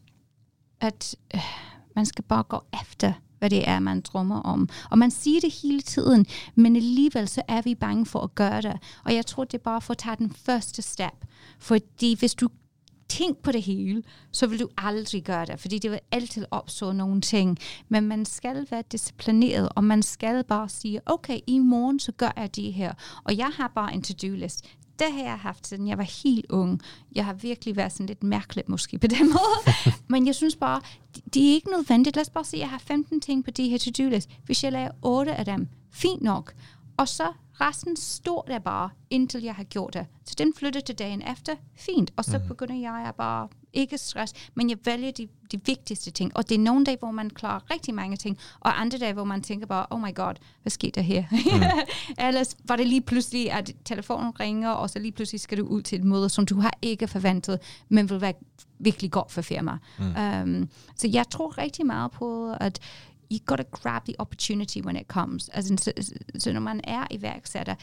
at øh, man skal bare gå efter, hvad det er, man drømmer om. Og man siger det hele tiden, men alligevel så er vi bange for at gøre det. Og jeg tror, det er bare for at tage den første step. Fordi hvis du tænk på det hele, så vil du aldrig gøre det, fordi det vil altid opstå nogle ting. Men man skal være disciplineret, og man skal bare sige, okay, i morgen så gør jeg det her. Og jeg har bare en to-do-list. Det har jeg haft, siden jeg var helt ung. Jeg har virkelig været sådan lidt mærkeligt måske på den måde. Men jeg synes bare, det er ikke nødvendigt. Lad os bare sige, at jeg har femten ting på de her to-do-list. Hvis jeg laver otte af dem, fint nok. Og så resten står der bare, indtil jeg har gjort det. Så den flytter til dagen efter, fint. Og så mm. begynder jeg at bare ikke stress, men jeg vælger de, de vigtigste ting. Og det er nogle dage, hvor man klarer rigtig mange ting, og andre dage, hvor man tænker bare, oh my god, hvad skete der her? Mm. Ellers var det lige pludselig, at telefonen ringer, og så lige pludselig skal du ud til et møde, som du har ikke forventet, men vil være virkelig godt for firma. Mm. Um, så jeg tror rigtig meget på, at you gotta grab the opportunity when it comes. Altså, så, så når man er iværksætter,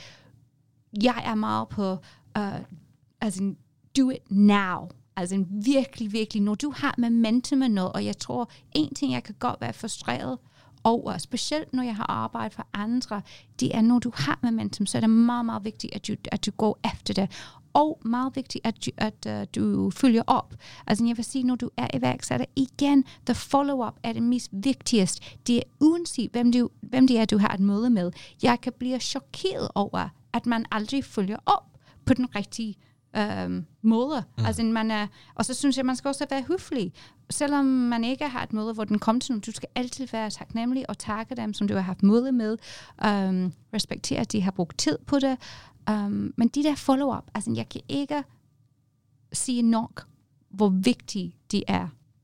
jeg er meget på, uh, altså, do it now. Altså virkelig, virkelig, når du har momentum med noget, og jeg tror, en ting, jeg kan godt være frustreret over, specielt når jeg har arbejdet for andre, det er, når du har momentum, så er det meget, meget vigtigt, at du, at du går efter det. Og meget vigtigt, at du, at, uh, du følger op. Altså jeg vil sige, når du er iværksætter, igen, the follow-up er det mest vigtigste. Det er uanset, hvem, du, hvem det er, du har et møde med. Jeg kan blive chokeret over, at man aldrig følger op på den rigtige øhm, måde. Mm. Altså man er, og så synes jeg, man skal også være høflig. Selvom man ikke har et møde, hvor den kommer til nogen, du skal altid være taknemmelig og takke dem, som du har haft møde med. Um, respektere, at de har brugt tid på det. Um, men de der follow-up, altså jeg kan ikke sige nok, hvor vigtige de er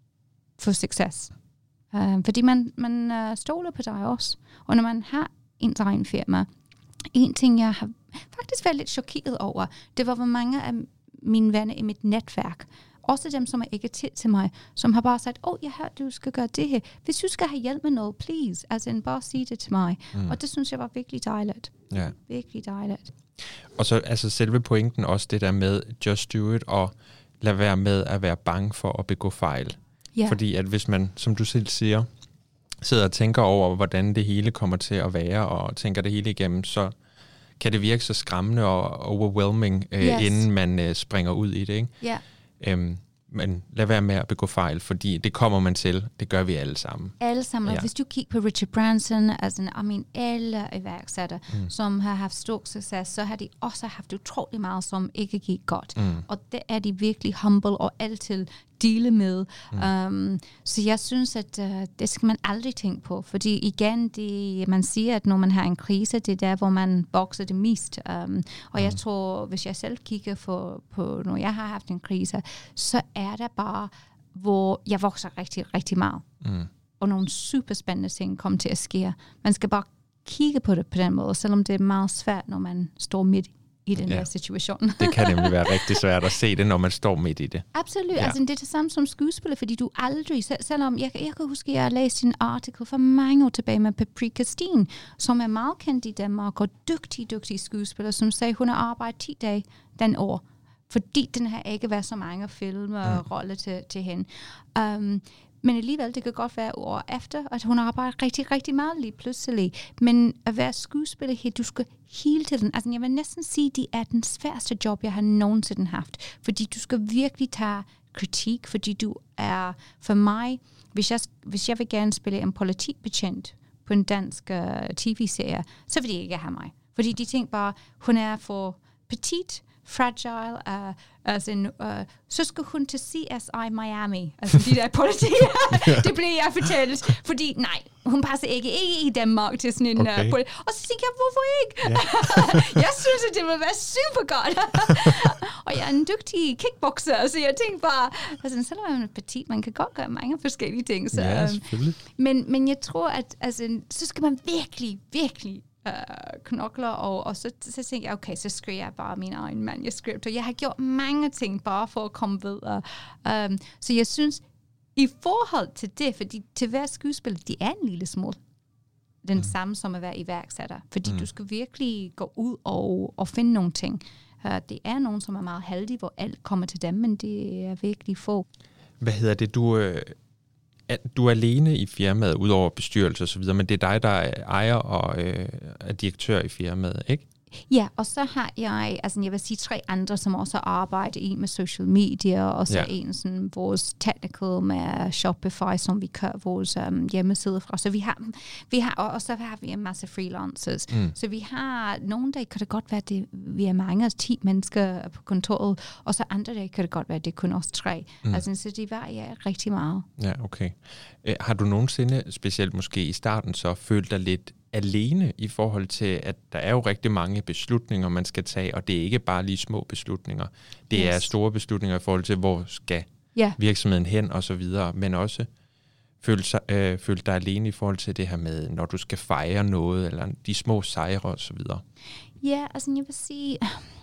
for succes. Um, fordi man, man uh, stoler på dig også. Og når man har ens egen firma, en ting, jeg har faktisk været lidt chokeret over, det var, hvor mange af mine venner i mit netværk, også dem, som er ikke til til mig, som har bare sagt, åh, oh, jeg har du skal gøre det her. Hvis du skal have hjælp med noget, please. Altså, bare sige det til mig. Mm. Og det synes jeg var virkelig dejligt. Ja. Virkelig dejligt. Og så altså selve pointen også det der med just do it, og lad være med at være bange for at begå fejl. Yeah. Fordi at hvis man, som du selv siger, sidder og tænker over, hvordan det hele kommer til at være, og tænker det hele igennem, så kan det virke så skræmmende og overwhelming, øh, yes. inden man øh, springer ud i det, ikke? Ja. Øhm, men lad være med at begå fejl, fordi det kommer man til. Det gør vi alle sammen. Alle sammen. Ja. Hvis du kigger på Richard Branson, altså I mean, alle iværksætter, mm. som har haft stor succes, så har de også haft utrolig meget, som ikke gik godt. Mm. Og det er de virkelig humble og altid dele med. Mm. Um, så jeg synes, at uh, det skal man aldrig tænke på, fordi igen, det, man siger, at når man har en krise, det er der, hvor man vokser det mest. Um, og mm. jeg tror, hvis jeg selv kigger på, på, når jeg har haft en krise, så er det bare, hvor jeg vokser rigtig, rigtig meget. Mm. Og nogle super spændende ting kommer til at ske. Man skal bare kigge på det på den måde, selvom det er meget svært, når man står midt i den ja. der situation. Det kan nemlig være rigtig svært at se det, når man står midt i det. Absolut. Ja. Altså, det er det samme som skuespiller, fordi du aldrig, sel- selvom jeg, jeg kan huske, at jeg har læst en artikel for mange år tilbage med Paprika Steen, som er meget kendt i Danmark, og dygtig, dygtig skuespiller, som sagde, hun har arbejdet ti dage den år, fordi den har ikke været så mange film og mm. roller til, til hende. Um, Men alligevel, det kan godt være år efter, at hun arbejder rigtig, rigtig meget lige pludselig. Men at være skuespiller, du skal hele tiden, altså jeg vil næsten sige, det er den sværeste job, jeg har nogensinde haft. Fordi du skal virkelig tage kritik, fordi du er, for mig, hvis jeg, hvis jeg vil gerne spille en politibetjent på en dansk uh, tv-serie, så vil de ikke have mig. Fordi de tænker bare, hun er for petit, fragile, uh, altså, uh, så skal hun til C S I Miami, altså de der politi. Det blev jeg fortalt, fordi nej, hun passer ikke, ikke i Danmark til sådan en okay. uh, politi. Og så tænker jeg, hvorfor ikke? Yeah. Jeg synes, at det ville være super godt. Og jeg er en dygtig kickboxer, så jeg tænkte bare, altså, selvom man er petit, man kan godt gøre mange forskellige ting. Så, ja, selvfølgelig. Men, men jeg tror, at altså, så skal man virkelig, virkelig Uh, knokler, og, og så, så tænkte jeg, okay, så skriver jeg bare min egen manuskript, og jeg har gjort mange ting bare for at komme videre. Um, så jeg synes, i forhold til det, fordi til hver skuespiller, de er en lille smule den mm. samme som at være iværksætter, fordi mm. du skal virkelig gå ud og, og finde nogle ting. Uh, det er nogen, som er meget heldige, hvor alt kommer til dem, men det er virkelig få. Hvad hedder det, du... Øh Du er alene i firmaet, udover bestyrelse og så videre, men det er dig, der er ejer og øh, er direktør i firmaet, ikke? Ja, og så har jeg, altså jeg vil sige tre andre, som også arbejder i med social media, og så ja. en sådan vores technical med Shopify, som vi kører vores um, hjemmeside fra. Så vi har, vi har, og så har vi en masse freelancers. Mm. Så vi har nogle dage, kan det godt være, det vi er mange, ti mennesker på kontoret, og så andre dage kan det godt være, det er kun os tre. Mm. Altså, så det varierer rigtig meget. Ja, okay. Æ, har du nogensinde, specielt måske i starten, så følt dig lidt alene i forhold til, at der er jo rigtig mange beslutninger, man skal tage, og det er ikke bare lige små beslutninger. Det yes. er store beslutninger i forhold til, hvor skal yeah. virksomheden hen og så videre, men også føle, øh, føle dig alene i forhold til det her med, når du skal fejre noget, eller de små sejre og så videre. Ja, altså jeg vil sige,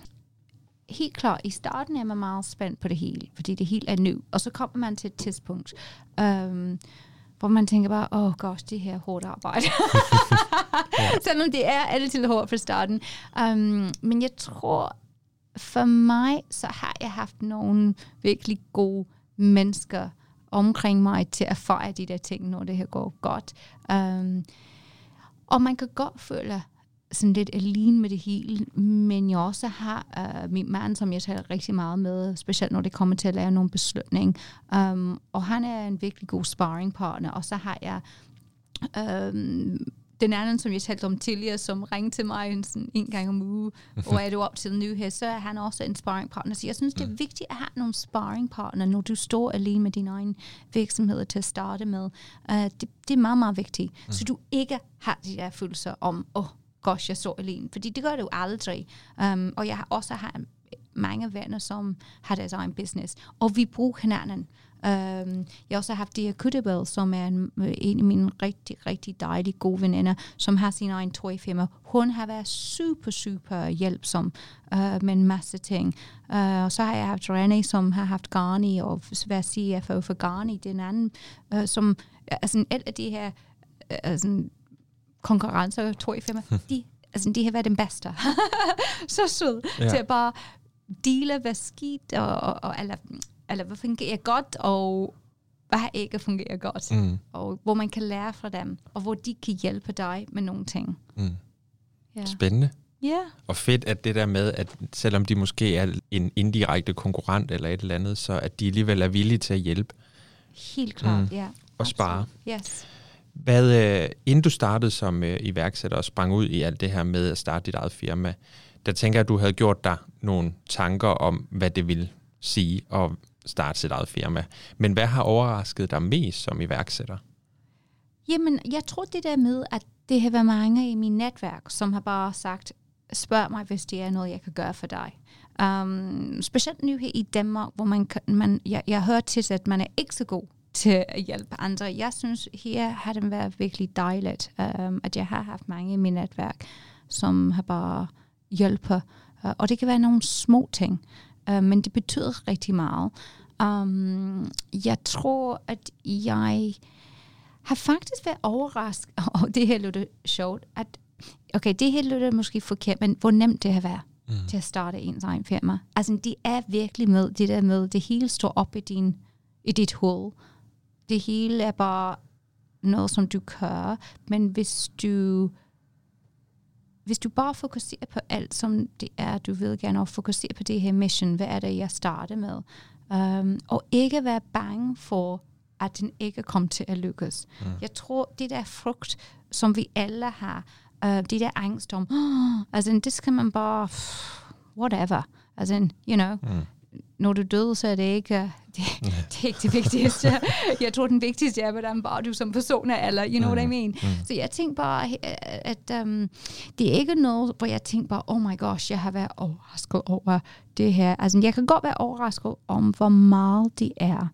helt klart, i starten er man meget spændt på det hele, fordi det hele er nyt, og så kommer man til et tidspunkt, um, hvor man tænker bare, åh oh gosh, det her er hårdt arbejde. Selvom det er altid hårdt fra starten. Um, men jeg tror, for mig, så har jeg haft nogle virkelig gode mennesker omkring mig til at fejre de der ting, når det her går godt. Um, og man kan godt føle sådan lidt alene med det hele, men jeg også har uh, min mand, som jeg taler rigtig meget med, specielt når det kommer til at lave nogle beslutninger. Um, og han er en virkelig god sparringpartner, og så har jeg um, den anden, som jeg talte om tidligere, som ringte til mig en, sådan, en gang om uge, og er du op til nu her, så er han også en sparringpartner. Så jeg synes, det er vigtigt at have nogle sparringpartner, når du står alene med din egen virksomhed til at starte med. Uh, det, det er meget, meget vigtigt. Mm. Så du ikke har de der følelser om, åh, oh, gosh, jeg så alene. Fordi det gør du aldrig. Um, og jeg har også har mange venner, som har deres egen business. Og vi bruger hinanden. Um, jeg har også haft Dia Kudabel, som er en, en af mine rigtig, rigtig dejlige gode veninder, som har sin egen tøjfirma. Hun har været super, super hjælpsom uh, med en masse ting. Uh, og så har jeg haft René, som har haft Garni, og været C F O for Garni. Den anden, uh, som altså et af de her uh, altså, konkurrencer, tøjfirma, de, altså, de har været den bedste. Så sød ja. til at bare dele, hvad skidt, og, og, og eller, eller hvad fungerer godt, og hvad ikke fungerer godt. Mm. Og hvor man kan lære fra dem, og hvor de kan hjælpe dig med nogle ting. Mm. Ja. Spændende. Ja. Yeah. Og fedt, at det der med, at selvom de måske er en indirekte konkurrent eller et eller andet, så at de alligevel er villige til at hjælpe. Helt klart, mm. ja. Og spare. Yes. Hvad, øh, inden du startede som øh, iværksætter og sprang ud i alt det her med at starte dit eget firma, der tænker jeg, at du havde gjort dig nogle tanker om, hvad det ville sige at starte sit eget firma. Men hvad har overrasket dig mest som iværksætter? Jamen, jeg tror det der med, at det har været mange i min netværk, som har bare sagt, spørg mig, hvis det er noget, jeg kan gøre for dig. Um, specielt nu her i Danmark, hvor man, man jeg, jeg har hørt til, at man er ikke så god til at hjælpe andre. Jeg synes, her har det været virkelig dejligt, um, at jeg har haft mange i min netværk, som har bare hjælper. Uh, og det kan være nogle små ting, uh, men det betyder rigtig meget. Um, jeg tror, at jeg har faktisk været overrasket, og det her lyder sjovt, at okay, det her lyder måske forkert, men hvor nemt det har været mm. til at starte ens egen firma. Altså, det er virkelig med, det der med, det hele står op i, din, i dit hoved. Det hele er bare noget, som du kører, men hvis du hvis du bare fokuserer på alt, som det er, du vil gerne, og fokusere på det her mission, hvad er det, jeg starter med, Um, og ikke være bange for, at den ikke kommer til at lykkes. Mm. Jeg tror, det der frygt, som vi alle har, uh, det der angst om, oh, altså, det skal man bare, whatever. Altså, you know, mm. når du døde, så er det ikke, det, det er ikke det vigtigste. Jeg tror, den vigtigste er, hvordan bare du som person er, eller, you know mm. what I mean? Mm. Så jeg tænker bare, at um, det er ikke noget, hvor jeg tænker bare, oh my gosh, jeg har været overrasket over det her. Altså, jeg kan godt være overrasket om, hvor meget det er.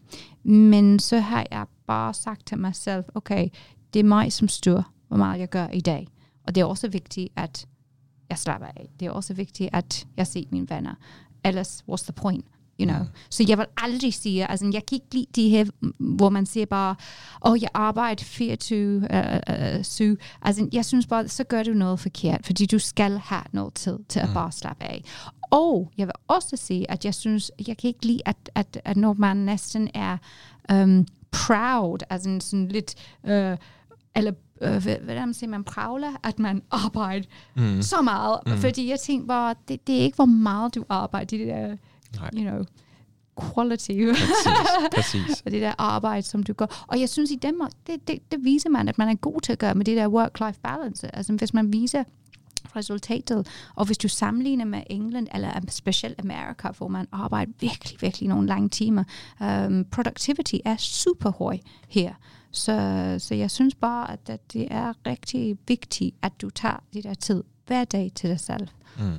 Men så har jeg bare sagt til mig selv, okay, det er mig, som styrer, hvor meget jeg gør i dag. Og det er også vigtigt, at jeg slapper af. Det er også vigtigt, at jeg ser mine venner. Ellers, what's the point? You know? Mm. Så jeg vil aldrig sige, altså jeg kan ikke lide de her, hvor man siger bare, åh, oh, jeg arbejder fireogtyve syv. Altså jeg synes bare, så gør du noget forkert, fordi du skal have noget tid til at mm. bare slappe af. Og jeg vil også sige, at jeg synes, jeg kan ikke lide, at, at, at når man næsten er um, proud, altså sådan lidt, uh, eller Øh, hvordan siger man, prowler, at man arbejder mm. så meget. Mm. Fordi jeg tænker bare, det, det er ikke, hvor meget du arbejder. Det der, Nej. you know, quality. Præcis, præcis. Og det der arbejde, som du gør. Og jeg synes, i Danmark, det, det, det viser man, at man er god til at gøre med det der work-life balance. Altså, hvis man viser resultatet, og hvis du sammenligner med England, eller specielt Amerika, hvor man arbejder virkelig, virkelig nogle lange timer, um, productivity er super høj her. Så, så jeg synes bare, at, at det er rigtig vigtigt, at du tager det der tid hver dag til dig selv. Mm.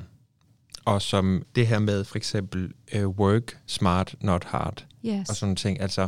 Og som det her med for eksempel uh, work smart, not hard, yes. og sådan ting. Altså,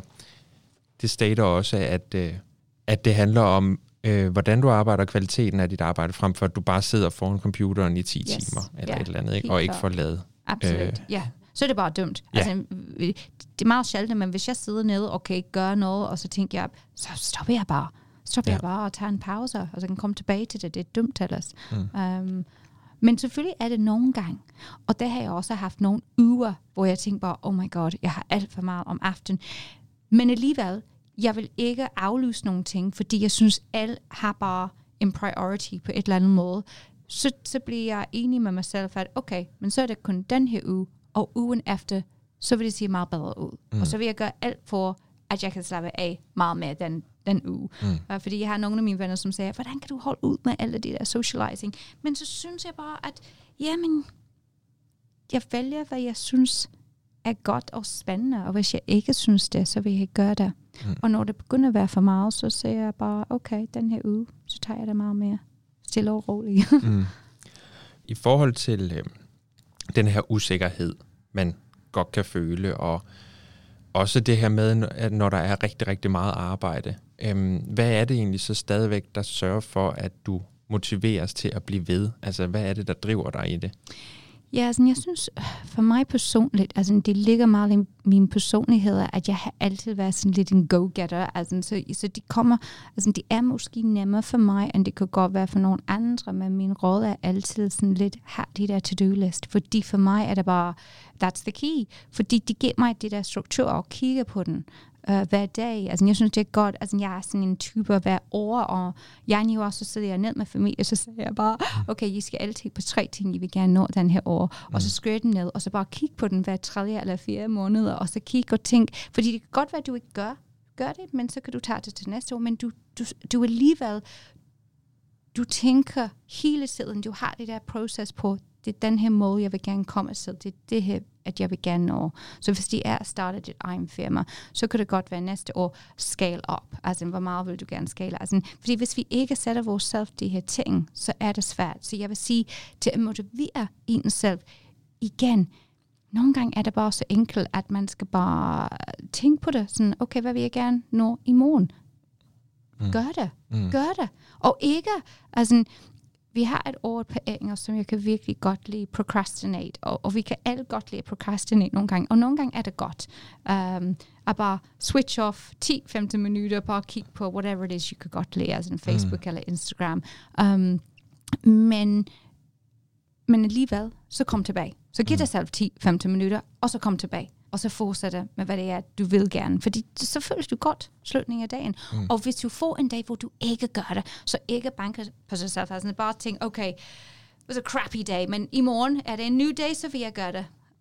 det stater også, at, uh, at det handler om, uh, hvordan du arbejder, kvaliteten af dit arbejde, frem for at du bare sidder foran computeren i ti yes. timer, eller yeah. et eller andet, ikke? Og ikke får lavet. Absolut, ja. Uh, yeah. Så er det bare dumt. Ja. Altså, det er meget sjældent, men hvis jeg sidder nede og kan ikke gøre noget, og så tænker jeg, så stopper jeg bare. Stopper ja. jeg bare og tager en pause, og så kan komme tilbage til det. Det er dumt ellers. Mm. Um, men selvfølgelig er det nogle gange. Og der har jeg også haft nogle uger, hvor jeg tænker bare, oh my god, jeg har alt for meget om aftenen. Men alligevel, jeg vil ikke aflyse nogle ting, fordi jeg synes, alle har bare en priority på et eller andet måde. Så, så bliver jeg enig med mig selv, for at okay, men så er det kun den her uge, og ugen efter, så vil det se meget bedre ud. Mm. Og så vil jeg gøre alt for, at jeg kan slappe af meget mere den, den uge. Mm. Uh, fordi jeg har nogle af mine venner, som siger, hvordan kan du holde ud med alle det der socializing? Men så synes jeg bare, at jamen, jeg vælger, hvad jeg synes er godt og spændende, og hvis jeg ikke synes det, så vil jeg ikke gøre det. Mm. Og når det begynder at være for meget, så siger jeg bare, okay, den her uge, så tager jeg det meget mere stille og roligt. mm. I forhold til øh, den her usikkerhed, man godt kan føle, og også det her med, at når der er rigtig, rigtig meget arbejde, øhm, hvad er det egentlig så stadigvæk, der sørger for, at du motiveres til at blive ved? Altså, hvad er det, der driver dig i det? Ja, altså, jeg synes, for mig personligt, altså, det ligger meget i min personlighed, at jeg har altid været sådan lidt en go-getter. Altså, så, så de kommer, altså, det er måske nemmere for mig, end det kan godt være for nogle andre, men min råd er altid sådan lidt, have de der to-do-list, fordi for mig er det bare, that's the key, fordi de giver mig det der struktur og kigger på den. Uh, hver dag. Altså, jeg synes, det er godt. Altså, jeg er sådan en type hver år, og jeg jo også, så sidder jeg ned med familie, så siger jeg bare, okay, I skal altid på tre ting, I vil gerne nå den her år. Mm. Og så skriver den ned, og så bare kigge på den hver tredje eller fire måneder, og så kigge og tænke, fordi det kan godt være, at du ikke gør, gør det, men så kan du tage det til næste år, men du, du, du alligevel, du tænker hele tiden, du har det der proces på, det er den her måde, jeg vil gerne komme til, det er det her, at jeg vil gerne nå. Så hvis det er at starte dit egen firma, så kan det godt være næste år scale op. Altså, hvor meget vil du gerne scale? Altså, fordi hvis vi ikke sætter vores selv de her ting, så er det svært. Så jeg vil sige, til at motivere en selv, igen, nogle gange er det bare så enkelt, at man skal bare tænke på det. Sådan, okay, hvad vil jeg gerne nå i morgen? Mm. Gør det. Mm. Gør det. Og ikke, altså, vi har et ord på engelsk, som jeg kan virkelig godt lide, procrastinate, og, og vi kan alle godt lide procrastinate nogle gange, og nogle gange er det godt um, at bare switch off ti til femten minutter, bare kigge på whatever it is, you kan godt lide, altså Facebook mm. eller Instagram. Um, men, men alligevel, så kom tilbage. Så giv dig selv ti til femten minutter, og så kom tilbage. Og så fortsætte med, hvad det er, du vil gerne. Fordi så føles du godt slutningen af dagen. Mm. Og hvis du får en dag, hvor du ikke gør det, så ikke banker på sig selv. Altså bare tænk, okay, it was a crappy day, men i morgen er det en ny dag, så vil jeg gøre det.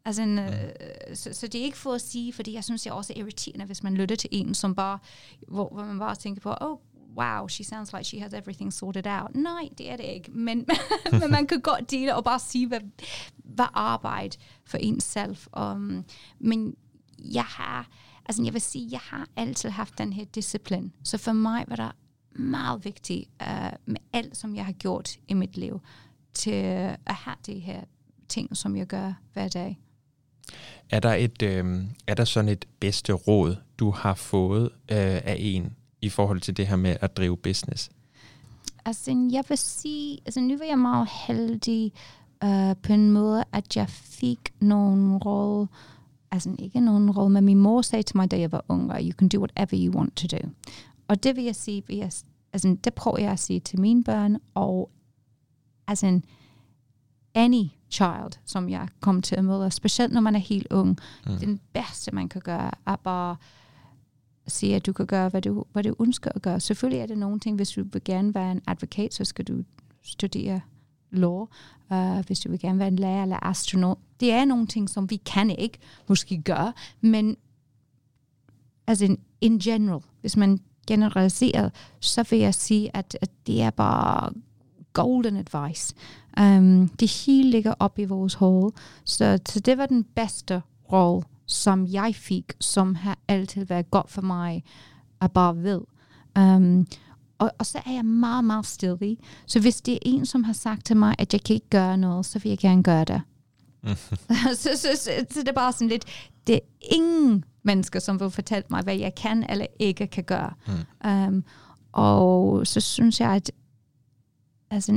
Altså, mm. øh, så, så det er ikke for at sige, fordi jeg synes, det er også irriterende, hvis man lytter til en, som bare, hvor, hvor man bare tænker på, oh, wow, she sounds like she has everything sorted out. Nej, det er det ikke. Men, men man kan godt dele og bare sige, hvad, hvad arbejde for en selv. Um, men jeg har, altså jeg vil sige, jeg har altid haft den her disciplin. Så for mig var det meget vigtigt uh, med alt, som jeg har gjort i mit liv, til at have de her ting, som jeg gør hver dag. Er der, et, øh, er der sådan et bedste råd, du har fået øh, af en, i forhold til det her med at drive business? Altså, jeg vil sige, altså nu var jeg meget heldig uh, på en måde, at jeg fik nogle råd, altså ikke nogen råd, men min mor sagde til mig, da jeg var ung, you can do whatever you want to do. Og det vil jeg sige, vil jeg, altså det prøver jeg at sige til mine børn, og altså any child, som jeg kom til at møde, specielt når man er helt ung, mm. den bedste man kan gøre, er bare sige, at du kan gøre, hvad du, hvad du ønsker at gøre. Selvfølgelig er det nogle ting, hvis du vil gerne være en advokat, så skal du studere law. Uh, hvis du vil gerne være en lærer eller astronaut. Det er nogle ting, som vi kan ikke måske gøre, men altså in, in general, hvis man generaliserer, så vil jeg sige, at, at det er bare golden advice. Um, det hele ligger op i vores hoved. Så, så det var den bedste råd, som jeg fik, som har altid været godt for mig at bare ved. Um, og, og så er jeg meget, meget stille. Så hvis det er en, som har sagt til mig, at jeg kan ikke gøre noget, så vil jeg gerne gøre det. så, så, så, så, så det er bare sådan lidt, det er ingen mennesker, som vil fortælle mig, hvad jeg kan eller ikke kan gøre. Mm. Um, og så synes jeg, at altså,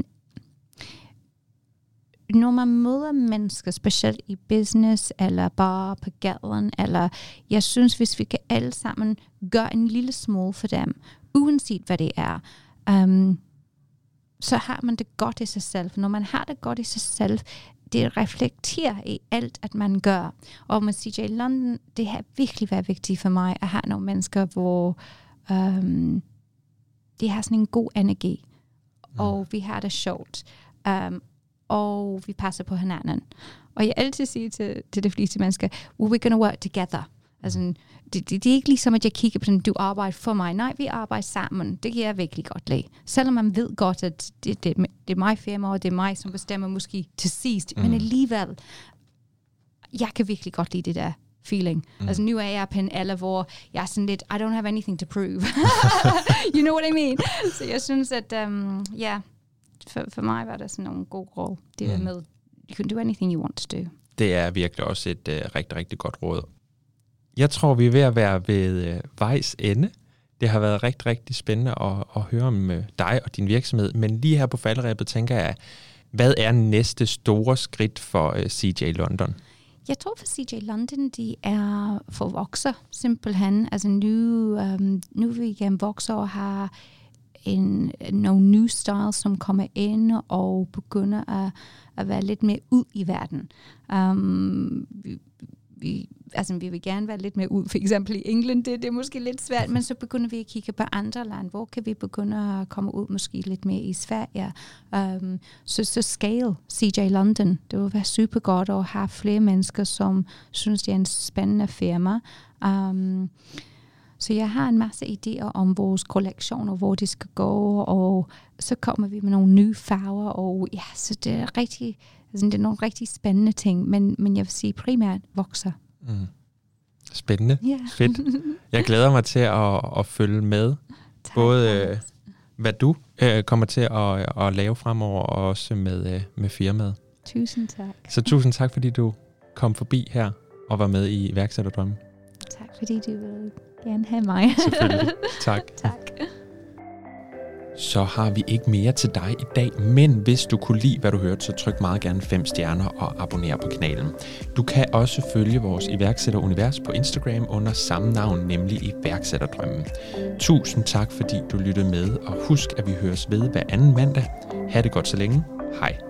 når man møder mennesker, specielt i business, eller bare på gaden, eller jeg synes, hvis vi kan alle sammen gøre en lille smule for dem, uanset hvad det er, um, så har man det godt i sig selv. Når man har det godt i sig selv, det reflekterer i alt, at man gør. Og med C J London, det har virkelig været vigtigt for mig, at have nogle mennesker, hvor um, de har sådan en god energi, mm. og vi har det sjovt. Um, og vi passer på hinanden. Og jeg altid siger til, til de fleste mennesker, well, we're going to work together. Altså, det, det, det er ikke ligesom, at jeg kigger på den, du arbejder for mig. Nej, vi arbejder sammen. Det kan jeg virkelig godt lide. Selvom man ved godt, at det, det, det er mig firma, og det er mig, som bestemmer måske til sidst. Mm. Men alligevel, jeg kan virkelig godt lide det der feeling. Mm. Altså, nu er jeg på en alder, hvor jeg er sådan lidt, I don't have anything to prove. You know what I mean? Så jeg synes, at, ja, um, yeah, For, for mig var det sådan nogle gode råd. Det der mm. med, you can do anything you want to do. Det er virkelig også et uh, rigtig, rigtig godt råd. Jeg tror, vi er ved at være ved uh, vejs ende. Det har været rigtig, rigtig spændende at, at høre om uh, dig og din virksomhed. Men lige her på falderebet tænker jeg, hvad er næste store skridt for uh, C J London? Jeg tror for C J London, de er for vokser simpelthen. Altså nu, um, nu vil vi gerne vokse og have en, nogle nye styles, som kommer ind og begynder at, at være lidt mere ud i verden. Um, vi, vi, altså, vi vil gerne være lidt mere ud, for eksempel i England, det, det er måske lidt svært, men så begynder vi at kigge på andre lande. Hvor kan vi begynde at komme ud måske lidt mere i Sverige? Um, så, så scale C J London. Det vil være super godt at have flere mennesker, som synes, det er en spændende firma. Um, Så jeg har en masse idéer om vores kollektioner, hvor de skal gå, og så kommer vi med nogle nye farver, og ja, så det er rigtig, altså det er nogle rigtig spændende ting, men, men jeg vil sige primært vokser. Mm. Spændende. Yeah. Fedt. Jeg glæder mig til at, at følge med, tak, både øh, hvad du øh, kommer til at, at lave fremover, og også med, øh, med firmaet. Tusind tak. Så tusind tak, fordi du kom forbi her og var med i iværksætterdrømmen. Tak, fordi du ville gerne have mig. Selvfølgelig. Tak. Tak. Så har vi ikke mere til dig i dag, men hvis du kunne lide, hvad du hørte, så tryk meget gerne fem stjerner og abonner på kanalen. Du kan også følge vores iværksætterunivers på Instagram under samme navn, nemlig iværksætterdrømmen. Tusind tak, fordi du lyttede med, og husk, at vi høres ved hver anden mandag. Ha' det godt så længe. Hej.